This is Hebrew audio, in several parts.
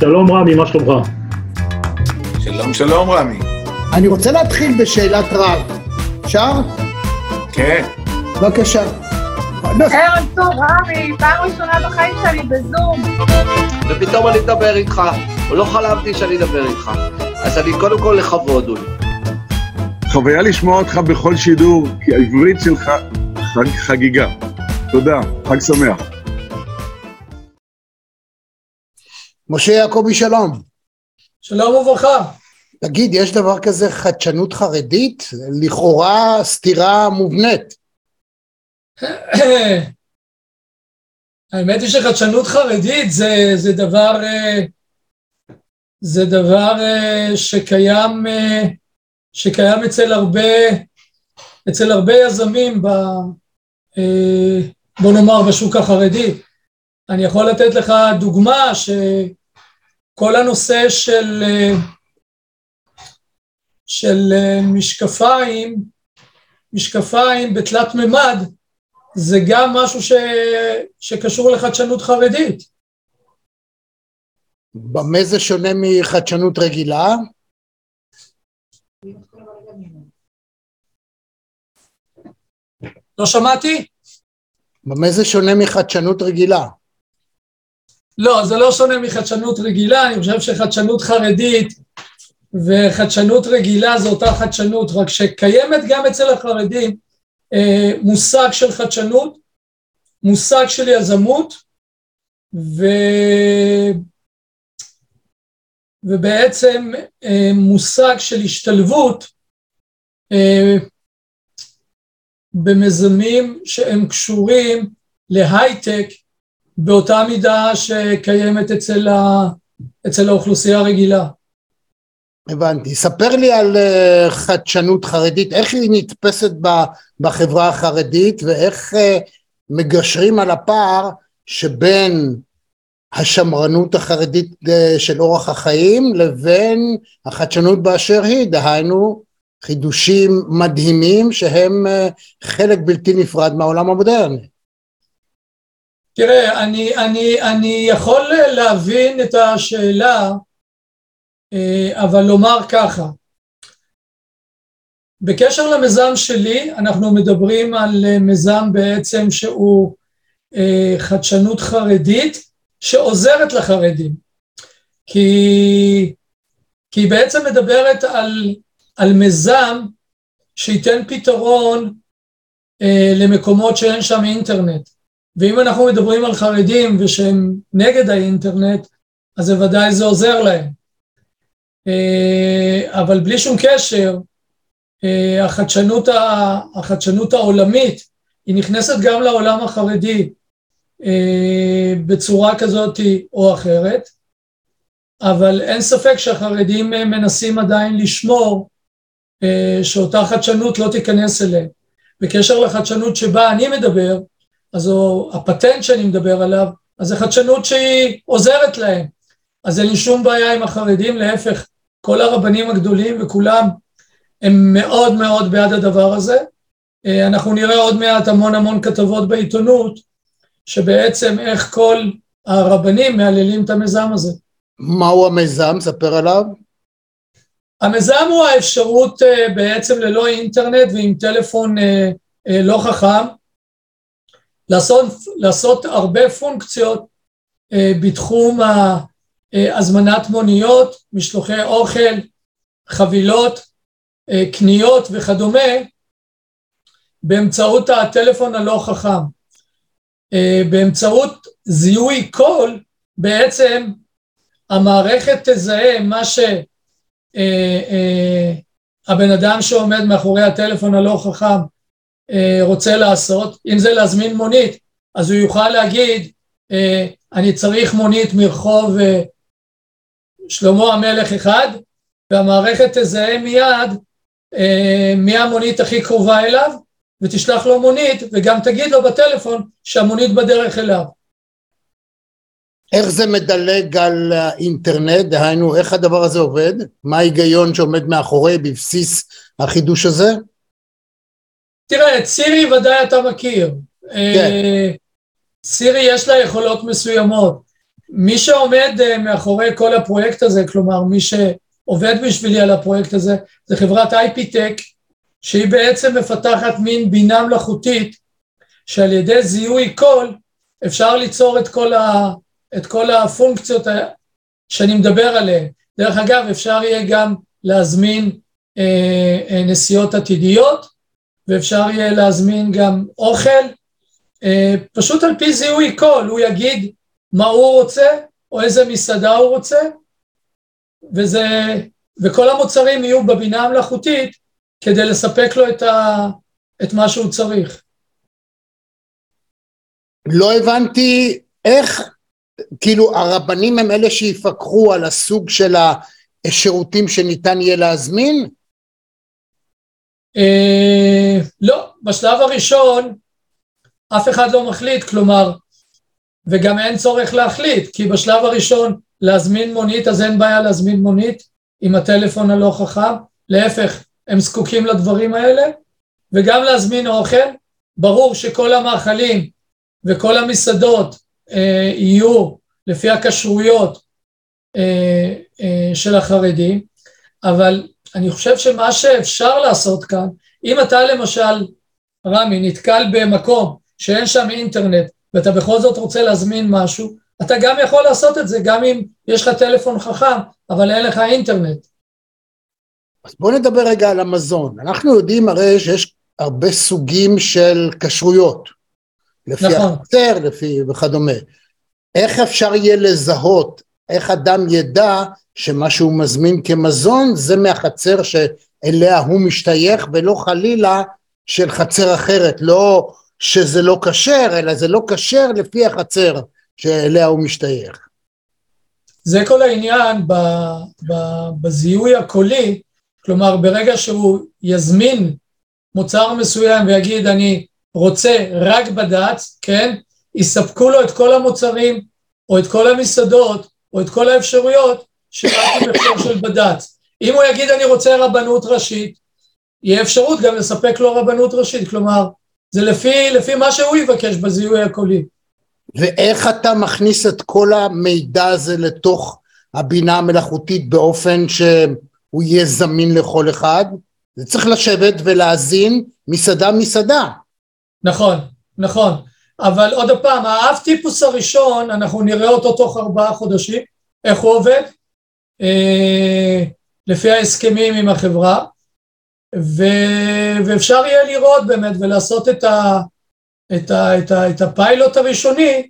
שלום רמי, מה שלומך? שלום, שלום רמי. אני רוצה להתחיל בשאלת רב. אפשר? כן. בבקשה. ערב טוב רמי, פעם ראשונה בחיים שלי בזום. ופתאום אני אדבר איתך, או לא חלמתי שאני אדבר איתך. אז אני קודם כל לכבוד, אולי. חוויה לשמוע אותך בכל שידור, כי העברית שלך חגיגה. תודה, חג שמח. משה יעקבי, שלום. שלום וברכה. תגיד, יש דבר כזה חדשנות חרדית? לכאורה סתירה מובנית. האמת היא שחדשנות חרדית זה דבר שקיים אצל הרבה יזמים בוא נאמר בשוק החרדי. אני יכול לתת לך דוגמה שכל הנושא של משקפיים בתלת ממד זה גם משהו שקשור לחדשנות חרדית. במה זה שונה מחדשנות רגילה? לא שמעתי? במה זה שונה מחדשנות רגילה? לא, זה לא שונה מחדשנות רגילה, אני חושב שחדשנות חרדית וחדשנות רגילה זה אותה חדשנות, רק שקיימת גם אצל החרדים מושג של חדשנות, מושג של יזמות, ובעצם מושג של השתלבות במזמים שהם קשורים להייטק, באותה מידה שקיימת אצל האוכלוסייה הרגילה. הבנתי. ספר לי על חדשנות חרדית, איך היא נתפסת בחברה החרדית, ואיך מגשרים על הפער שבין השמרנות החרדית של אורח החיים, לבין החדשנות באשר היא, דהיינו חידושים מדהימים שהם חלק בלתי נפרד מהעולם המודרני. תראה, אני יכול להבין את השאלה, אבל לומר ככה, בקשר למיזם שלי, אנחנו מדברים על מיזם בעצם שהוא חדשנות חרדית, שעוזרת לחרדים, כי היא בעצם מדברת על מיזם שייתן פתרון למקומות שאין שם אינטרנט, ואם אנחנו מדברים על חרדים ושהם נגד האינטרנט, אז ודאי זה עוזר להם. אבל בלי שום קשר, החדשנות העולמית, היא נכנסת גם לעולם החרדי, בצורה כזאת או אחרת, אבל אין ספק שהחרדים מנסים עדיין לשמור, שאותה חדשנות לא תיכנס אליהם. בקשר לחדשנות שבה אני מדבר, אז הפטנט שאני מדבר עליו, אז זה חדשנות שהיא עוזרת להם. אז אין לי שום בעיה עם החרדים, להפך, כל הרבנים הגדולים וכולם הם מאוד מאוד בעד הדבר הזה. אנחנו נראה עוד מעט המון כתבות בעיתונות, שבעצם איך כל הרבנים מעללים את המיזם הזה. מהו המיזם? ספר עליו. המיזם הוא האפשרות בעצם ללא אינטרנט ועם טלפון לא חכם, לעשות הרבה פונקציות בתחום הזמנת מוניות, משלוחי אוכל, חבילות, קניות וכדומה, באמצעות הטלפון הלא חכם. באמצעות זיהוי קול, בעצם המערכת תזהה מה שהבן אדם שעומד מאחורי הטלפון הלא חכם רוצה לעשות. אם זה להזמין מונית, אז הוא יוכל להגיד, אני צריך מונית מרחוב שלמה המלך 1, והמערכת תזהה מיד מי המונית הכי קרובה אליו, ותשלח לו מונית, וגם תגיד לו בטלפון שהמונית בדרך אליו. איך זה מדלג על האינטרנט? דהיינו, איך הדבר הזה עובד? מה ההיגיון שעומד מאחורי, בבסיס החידוש הזה? תראה, את סירי ודאי אתה מכיר. כן. סירי יש לה יכולות מסוימות. מי שעומד מאחורי כל הפרויקט הזה, כלומר מי שעובד בשבילי על הפרויקט הזה, זה חברת IP-Tech, שהיא בעצם מפתחת מין בינה מלאכותית, שעל ידי זיהוי קול, אפשר ליצור את כל הפונקציות שאני מדבר עליהן. דרך אגב, אפשר יהיה גם להזמין נסיעות עתידיות, ואפשר יהיה להזמין גם אוכל, פשוט על פי זיהוי קול, הוא יגיד מה הוא רוצה, או איזה מסעדה הוא רוצה, וכל המוצרים יהיו בבינה המלאכותית, כדי לספק לו את מה שהוא צריך. לא הבנתי איך, כאילו הרבנים הם אלה שיפקחו על הסוג של השירותים שניתן יהיה להזמין? לא, בשלב הראשון אף אחד לא מחליט, כלומר, וגם אין צורך להחליט, כי בשלב הראשון להזמין מונית, אז אין בעיה להזמין מונית עם הטלפון הלא חכם, להפך, הם זקוקים לדברים האלה, וגם להזמין אוכל, ברור שכל המאכלים וכל המסעדות יהיו לפי הכשרויות של החרדים, אבל אני חושב שמה שאפשר לעשות כאן, אם אתה למשל, רמי, נתקל במקום שאין שם אינטרנט, ואתה בכל זאת רוצה להזמין משהו, אתה גם יכול לעשות את זה, גם אם יש לך טלפון חכם, אבל אין לך אינטרנט. אז בואו נדבר רגע על המזון. אנחנו יודעים הרי שיש הרבה סוגים של כשרויות, לפי נכון. החצר, לפי וכדומה. איך אפשר יהיה לזהות, איך אדם ידע שמה שהוא מזמין כמזון, זה מהחצר שאליה הוא משתייך, ולא חלילה של חצר אחרת, לא שזה לא כשר, אלא זה לא כשר לפי החצר שאליה הוא משתייך. זה כל העניין בזיהוי הקולי, כלומר ברגע שהוא יזמין מוצר מסוים ויגיד אני רוצה רק בד"ץ, כן, יספקו לו את כל המוצרים או את כל המסעדות או את כל האפשרויות שרק עם אפשר של בד"ץ. אם הוא יגיד אני רוצה רבנות ראשית, יהיה אפשרות גם לספק לו רבנות ראשית, כלומר זה לפי מה שהוא יבקש בזיהוי הקולי. ואיך אתה מכניס את כל המידע הזה לתוך הבינה המלאכותית באופן שהוא יהיה זמין לכל אחד? זה צריך לשבת ולהזין מסעדה. נכון, נכון. אבל עוד פעם, האב טיפוס הראשון, אנחנו נראה אותו תוך 4 חודשים, איך הוא עובד, לפי ההסכמים עם החברה, ואפשר יהיה לראות באמת ולעשות את הפיילוט הראשוני,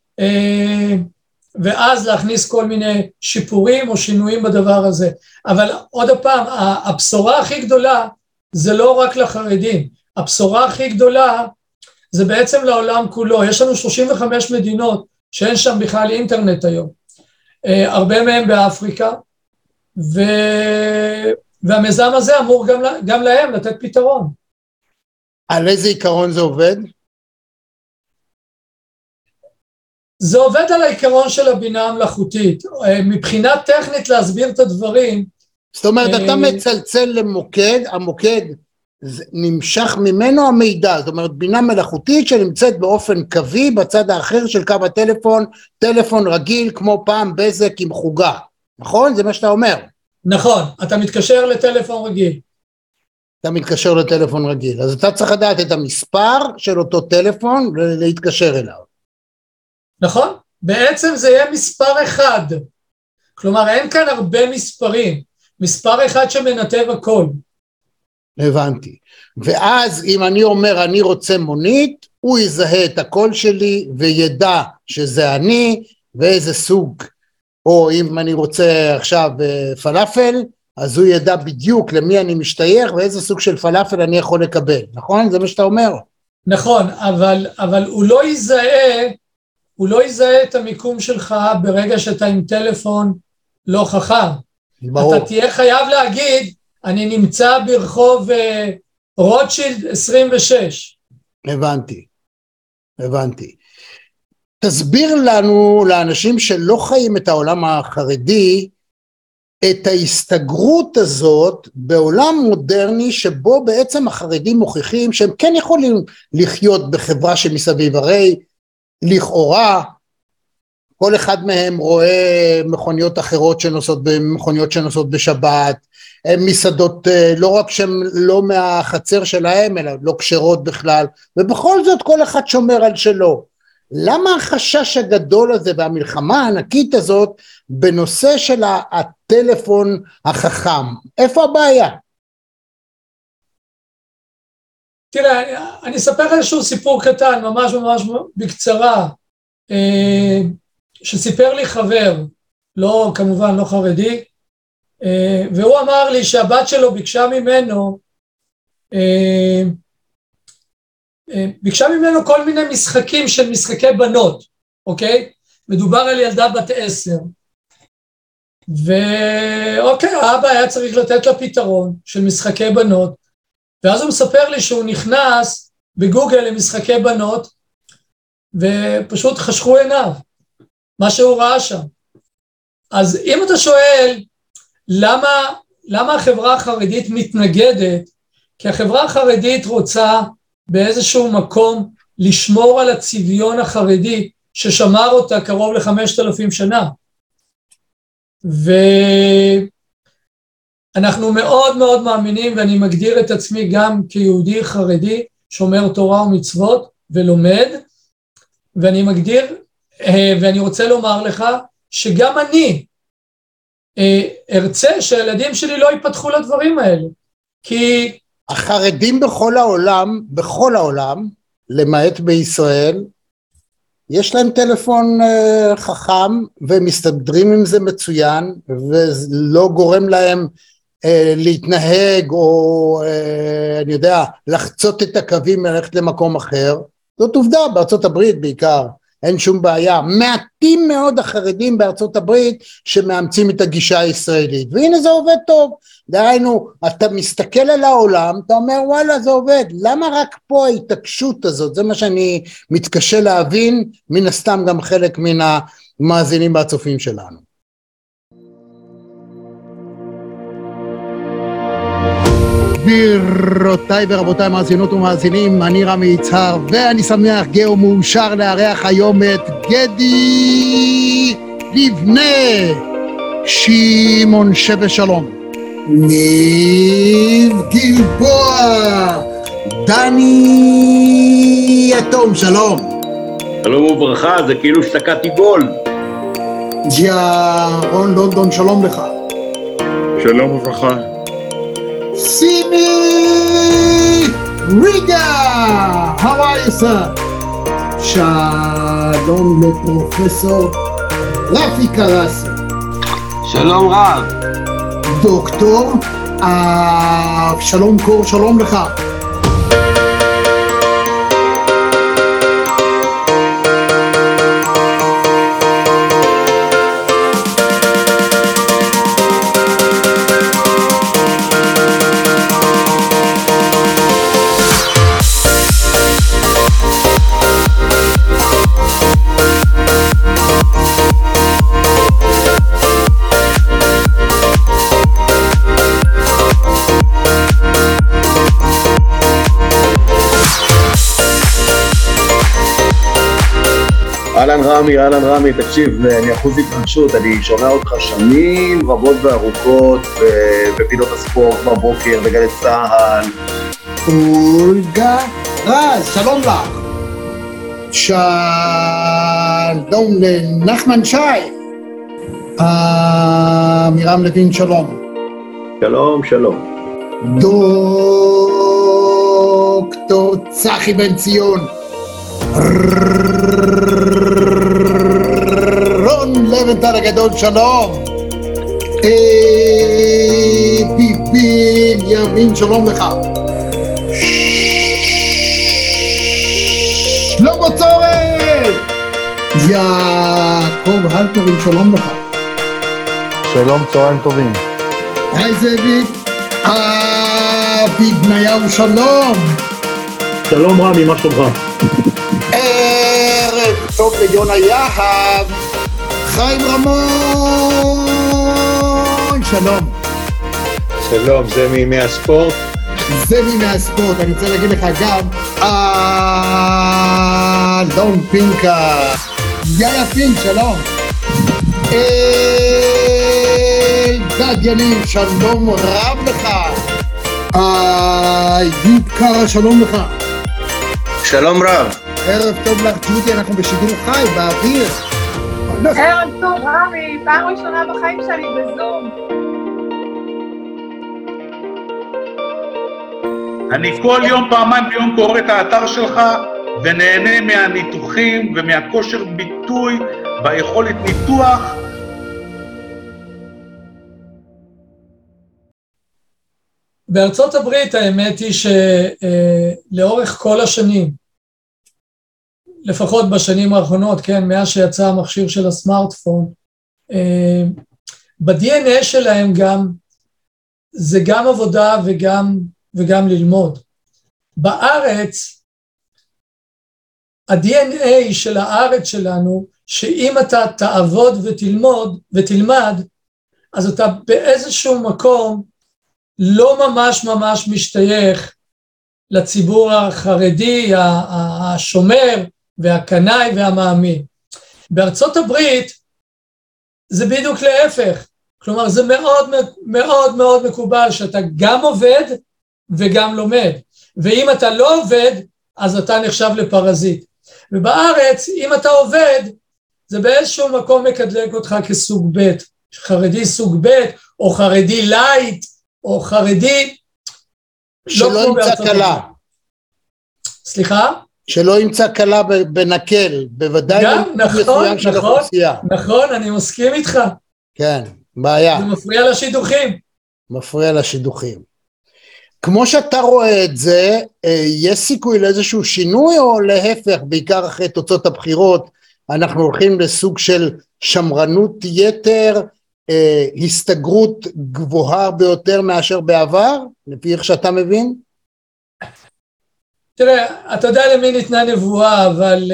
ואז להכניס כל מיני שיפורים או שינויים בדבר הזה. אבל עוד פעם, הבשורה הכי גדולה זה לא רק לחרדים, הבשורה הכי גדולה זה בעצם לעולם כולו. יש לנו 35 מדינות שאין שם בכלל אינטרנט היום, הרבה מהם באפריקה, והמיזם הזה אמור גם להם לתת פתרון. על איזה עיקרון זה עובד? זה עובד על העיקרון של הבינה המלאכותית. מבחינה טכנית להסביר את הדברים. זאת אומרת, אתה מצלצל למוקד, המוקד נמשך ממנו המידע, זאת אומרת, בינה מלאכותית שנמצאת באופן קווי בצד האחר של קו הטלפון, טלפון רגיל כמו פעם בזק עם חוגה, נכון? זה מה שאתה אומר. נכון, אתה מתקשר לטלפון רגיל. אתה מתקשר לטלפון רגיל, אז אתה צריך לדעת את המספר של אותו טלפון ולהתקשר אליו. נכון, בעצם זה יהיה מספר אחד, כלומר אין כאן הרבה מספרים, מספר אחד שמנתב הכל. הבנתי, ואז אם אני אומר אני רוצה מונית, הוא יזהה את הקול שלי וידע שזה אני ואיזה סוג, או אם אני רוצה עכשיו פלאפל, אז הוא ידע בדיוק למי אני משתייך ואיזה סוג של פלאפל אני יכול לקבל, נכון? זה מה שאתה אומר? נכון, אבל הוא לא יזהה את המיקום שלך ברגע שאתה עם טלפון לא חכם. ברור. אתה תהיה חייב להגיד, אני נמצא ברחוב רוטשילד 26. הבנתי. תסביר לנו, לאנשים שלא חיים את העולם החרדי, את ההסתגרות הזאת בעולם מודרני שבו בעצם החרדים מוכיחים שהם כן יכולים לחיות בחברה שמסביב, הרי לכאורה כל אחד מהם רואה מכוניות אחרות מכוניות שנוסעות בשבת, מסעדות לא רק שהן לא מהחצר שלהם, אלא לא כשרות בכלל, ובכל זאת כל אחד שומר על שלו. למה החשש הגדול הזה והמלחמה הענקית הזאת בנושא של הטלפון החכם? איפה הבעיה? תראה, אני אספר איזשהו סיפור קטן, ממש בקצרה, שסיפר לי חבר, כמובן לא חרדי, והוא אמר לי שהבת שלו ביקשה ממנו כל מיני משחקים של משחקי בנות, אוקיי? מדובר על ילדה בת 10, ואוקיי, האבא היה צריך לתת לה פתרון של משחקי בנות, ואז הוא מספר לי שהוא נכנס בגוגל למשחקי בנות, ופשוט חשכו עיניו, מה שהוא ראה שם. אז אם אתה שואל, למה החברה החרדית מתנגדת? כי החברה החרדית רוצה באיזשהו מקום לשמור על הצביון החרדי, ששמר אותה קרוב ל5,000 שנה. ואנחנו מאוד מאוד מאמינים, ואני מגדיר את עצמי גם כיהודי חרדי, שומר תורה ומצוות ולומד, ואני רוצה לומר לך, שגם אני ארצה שהילדים שלי לא ייפתחו לדברים האלה, כי החרדים בכל העולם, למעט בישראל, יש להם טלפון חכם, ומסתדרים עם זה מצוין, ולא גורם להם להתנהג, או אני יודע, לחצות את הקווים וללכת למקום אחר. זאת עובדה, בארצות הברית בעיקר, אין שום בעיה. מעטים מאוד החרדים בארצות הברית שמאמצים את הגישה הישראלית, והנה זה עובד טוב. דהיינו, אתה מסתכל על העולם, אתה אומר וואלה זה עובד, למה רק פה ההתעקשות הזאת? זה מה שאני מתקשה להבין, מן הסתם גם חלק מן המאזינים והצופים שלנו. גבירותיי ורבותיי מאזינות ומאזינים, אני רמי יצהר, ואני שמח גאה ומאושר לארח היום את גדי לבנה, שמעון שווה שלום, ניב גלבוע, דני יתום, שלום. שלום וברכה, זה כאילו שתקעתי גול. ג'ירון לונדון, שלום לך. שלום וברכה. סימי ריגה, how are you sir? שלום לפרופסור רפי קרסי. שלום רב. דוקטור שלום קור, שלום לך. אהלן רמי, תקשיב, אני אחוז התרגשות, אני שומע אותך שנים רבות וארוכות בפינות הספורט בבוקר, בגלי צהל. אולגה רז, שלום לך. שלום לנחמן שי. מירם לוין, שלום. שלום. דוקטור צחי בן ציון. רון לבנטל הגדול, שלום. ביבי ימין, שלום לך. שלמה צורף. יעקב הלפרין, שלום לך. שלום, צהריים טובים. היי זאביק. אבי בניהו, שלום. שלום רמי, מה שלומך? ערב טוב ליונה יהב. חיים רמון, שלום. שלום, זה מימי הספורט? זה מימי הספורט, אני רוצה להגיד לך גם אלון פינקה. יאיה פינק, שלום. אלדד יניב, שלום רב לך. איוב קרא, שלום לך. שלום רב. ערב טוב לך ג'ודי, אנחנו בשידור חי, באוויר. ערב טוב רמי, פעם ראשונה בחיים שלי בזום. אני כל יום, פעמיים ביום קורא את האתר שלך ונהנה מהניתוחים ומהכושר ביטוי ביכולת ניתוח. בארצות הברית האמת היא שלאורך כל השנים, לפחות בשנים האחרונות, כן, מאז שיצא המכשיר של הסמארטפון, ב-DNA שלהם גם, זה גם עבודה וגם ללמוד. בארץ, ה-DNA של הארץ שלנו, שאם אתה תעבוד ותלמד, אז אתה באיזשהו מקום לא ממש משתייך לציבור החרדי, השומר והקנאי והמאמין. בארצות הברית זה בדיוק להפך, כלומר זה מאוד מקובל שאתה גם עובד וגם לומד, ואם אתה לא עובד אז אתה נחשב לפרזיט. ובארץ אם אתה עובד זה באיזשהו מקום מקדלק אותך כסוג ב', חרדי סוג ב' או חרדי לייט או חרדי שלא ימצא קלה. סליחה? שלא ימצא קלה בנקל, בוודאי נכון, אני מסכים איתך. כן, בעיה. זה מפריע לשידוכים. מפריע לשידוכים. כמו שאתה רואה את זה, יש סיכוי לאיזשהו שינוי או להפך, בעיקר אחרי תוצאות הבחירות, אנחנו הולכים לסוג של שמרנות יתר, הסתגרות גבוהה ביותר מאשר בעבר, לפי איך שאתה מבין? תראה, אתה יודע למי ניתנה נבואה,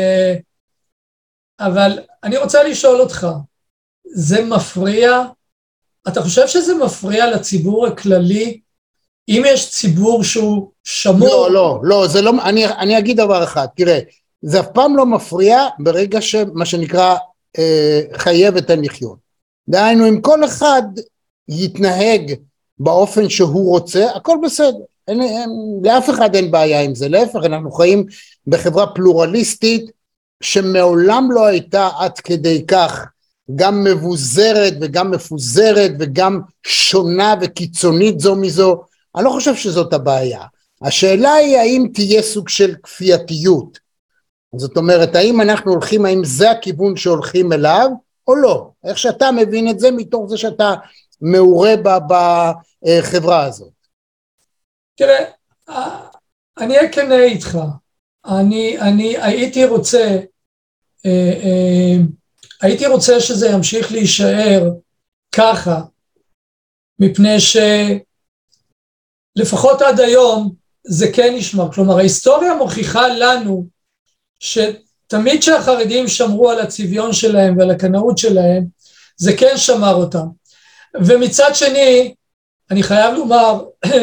אבל אני רוצה לשאול אותך, זה מפריע? אתה חושב שזה מפריע לציבור הכללי? אם יש ציבור שהוא שמור? לא, זה לא, אני אגיד דבר אחד, תראה, זה אף פעם לא מפריע ברגע שמה שנקרא חייב את לחיות. דהיינו, אם כל אחד יתנהג באופן שהוא רוצה, הכל בסדר. לאף אחד אין בעיה עם זה, להפך, אנחנו חיים בחברה פלורליסטית שמעולם לא הייתה עד כדי כך גם מבוזרת וגם מפוזרת וגם שונה וקיצונית זו מזו. אני לא חושב שזאת הבעיה. השאלה היא האם תהיה סוג של כפייתיות. זאת אומרת, האם אנחנו הולכים, האם זה הכיוון שהולכים אליו או לא? איך שאתה מבין את זה מתוך זה שאתה מעורה בחברה הזאת? תראה, אני אהיה כן איתך, אני הייתי רוצה שזה ימשיך להישאר ככה, מפני שלפחות עד היום זה כן נשמר, כלומר ההיסטוריה מוכיחה לנו שתמיד שהחרדים שמרו על הצביון שלהם ועל הקנאות שלהם, זה כן שמר אותם. ומצד שני, אני חייב לומר,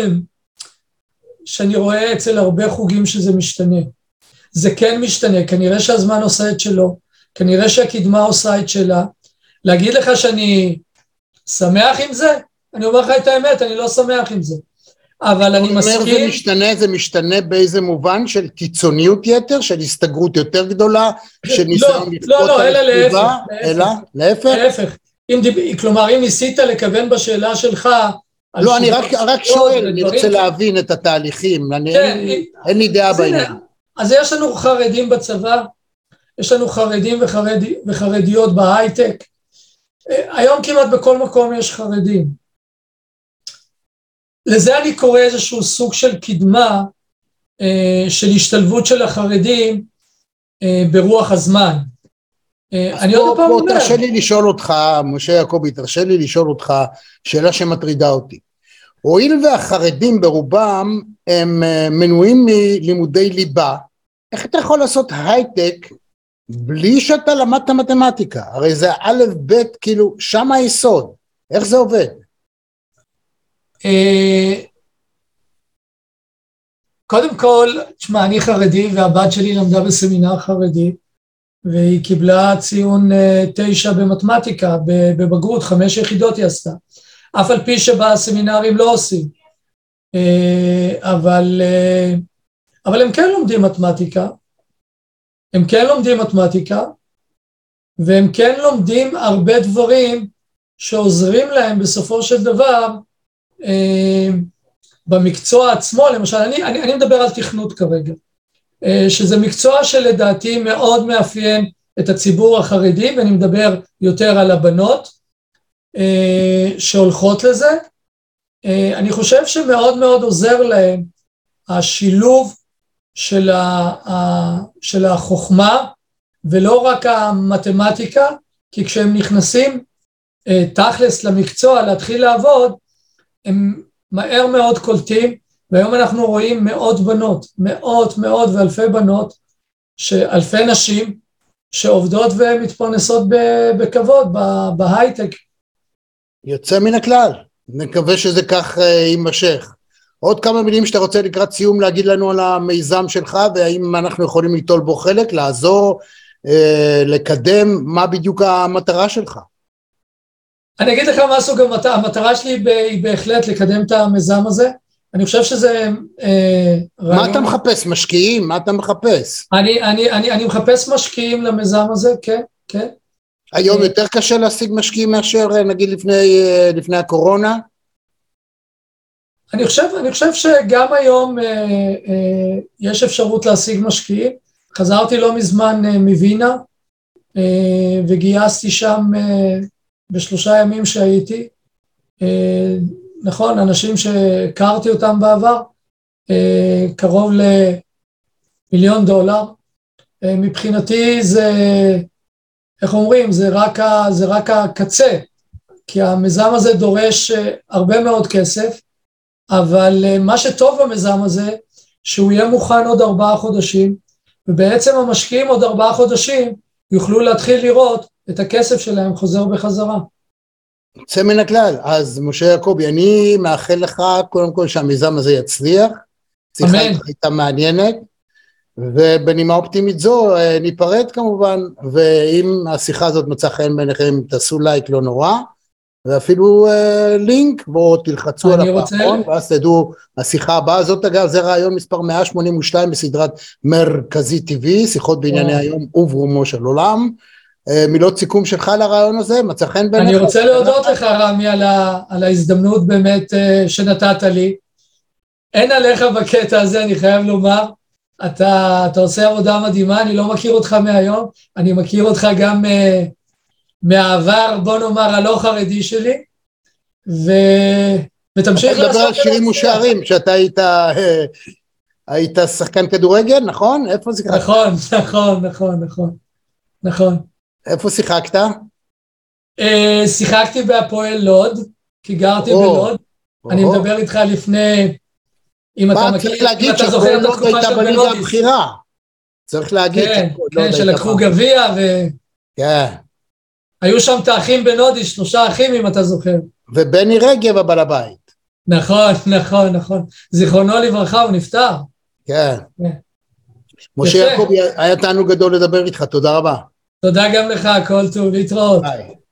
שאני רואה אצל הרבה חוגים שזה משתנה. זה כן משתנה, כנראה שהזמן עושה את שלו, כנראה שהקדמה עושה את שלה. להגיד לך שאני שמח עם זה? אני אומר לך את האמת, אני לא שמח עם זה. אבל אני מסכים... זה משתנה באיזה מובן של קיצוניות יתר, של הסתגרות יותר גדולה, של ניסיון לא, אלא להפך. אלא? להפך. כלומר, אם ניסית לכוון בשאלה שלך, לא, אני רק שואל, אני רוצה להבין את התהליכים, אין לי דעה בעניין. אז יש לנו חרדים בצבא, יש לנו חרדים וחרדיות בהייטק, היום כמעט בכל מקום יש חרדים. לזה אני קורא איזשהו סוג של קדמה, של השתלבות של החרדים ברוח הזמן. אני עוד פעם אומר. תרשה לי לשאול אותך, משה יעקבי, תרשה לי לשאול אותך שאלה שמטרידה אותי. הואיל והחרדים ברובם הם מנועים מלימודי ליבה, איך אתה יכול לעשות הייטק בלי שאתה למדת מתמטיקה? הרי זה א' ב', כאילו שם היסוד, איך זה עובד? קודם כל, תשמע, אני חרדי והבת שלי למדה בסמינר חרדי, והיא קיבלה ציון 9 במתמטיקה, בבגרות, 5 יחידות היא עשתה, אף על פי שבסמינרים לא עושים, אבל הם כן לומדים מתמטיקה, והם כן לומדים הרבה דברים שעוזרים להם בסופו של דבר, במקצוע עצמו, למשל, אני מדבר על תכנות כרגע, שזה מקצוע שלדעתי מאוד מאפיין את הציבור החרדי, ואני מדבר יותר על הבנות שהולכות לזה. אני חושב שמאוד מאוד עוזר להם השילוב של החוכמה, ולא רק המתמטיקה, כי כשהם נכנסים תכלס למקצוע, להתחיל לעבוד, הם מהר מאוד קולטים, והיום אנחנו רואים מאות ואלפי בנות, אלפי נשים, שעובדות ומתפרנסות בכבוד, בהייטק. יוצא מן הכלל, נקווה שזה כך יימשך. עוד כמה מילים שאתה רוצה לקראת סיום להגיד לנו על המיזם שלך, והאם אנחנו יכולים ליטול בו חלק, לעזור, לקדם, מה בדיוק המטרה שלך? אני אגיד לך משהו, גם המטרה שלי היא בהחלט לקדם את המיזם הזה, אני חושב שזה רעיון... מה אתה מחפש? משקיעים? מה אתה מחפש? אני מחפש משקיעים למיזם הזה, כן, כן. היום יותר קשה להשיג משקיעים מאשר נגיד לפני הקורונה? אני חושב שגם היום יש אפשרות להשיג משקיעים, חזרתי לא מזמן מווינה, וגייסתי שם ב3 ימים שהייתי, נכון, אנשים שהכרתי אותם בעבר, קרוב ל$1,000,000, מבחינתי זה, איך אומרים, זה רק הקצה, כי המיזם הזה דורש הרבה מאוד כסף, אבל מה שטוב במיזם הזה, שהוא יהיה מוכן עוד 4 חודשים, ובעצם המשקיעים עוד 4 חודשים, יוכלו להתחיל לראות את הכסף שלהם חוזר בחזרה. יוצא מן הכלל. אז משה יעקבי, אני מאחל לך קודם כל שהמיזם הזה יצליח, שיחה הייתה מעניינת, ובנימה אופטימית זו ניפרד כמובן, ואם השיחה הזאת מצא חן בעיניכם, תעשו לייק לא נורא, ואפילו לינק, בואו תלחצו על הפעמון, ואז תדעו, השיחה הבאה, זאת אגב, זה רעיון מספר 182 בסדרת מרכזי טבעי, שיחות בענייני היום וברומו של עולם. מילות סיכום שלך לרעיון הזה, מצא חן בעיניך? אני רוצה להודות לך רמי על ההזדמנות באמת שנתת לי, אין עליך בקטע הזה, אני חייב לומר, אתה עושה עבודה מדהימה, אני לא מכיר אותך מהיום, אני מכיר אותך גם מהעבר, בוא נאמר, הלא חרדי שלי, ותמשיך לעשות... אתה מדבר על שירים ושערים, שאתה היית שחקן כדורגל, נכון? איפה זה קרה? נכון. איפה שיחקת? שיחקתי בהפועל לוד, כי גרתי בלוד, אני מדבר איתך לפני... מה צריך להגיד שהפועל לוד הייתה בליגה הבכירה? צריך להגיד... כן, שלקחו גביע כן. היו שם את האחים בנודיש, 3 אחים אם אתה זוכר. ובני רגב הבעל הבית. נכון. זיכרונו לברכה, הוא נפטר. כן. משה יעקבי, היה תענוג גדול לדבר איתך, תודה רבה. תודה גם לך, כל טוב, להתראות. ביי.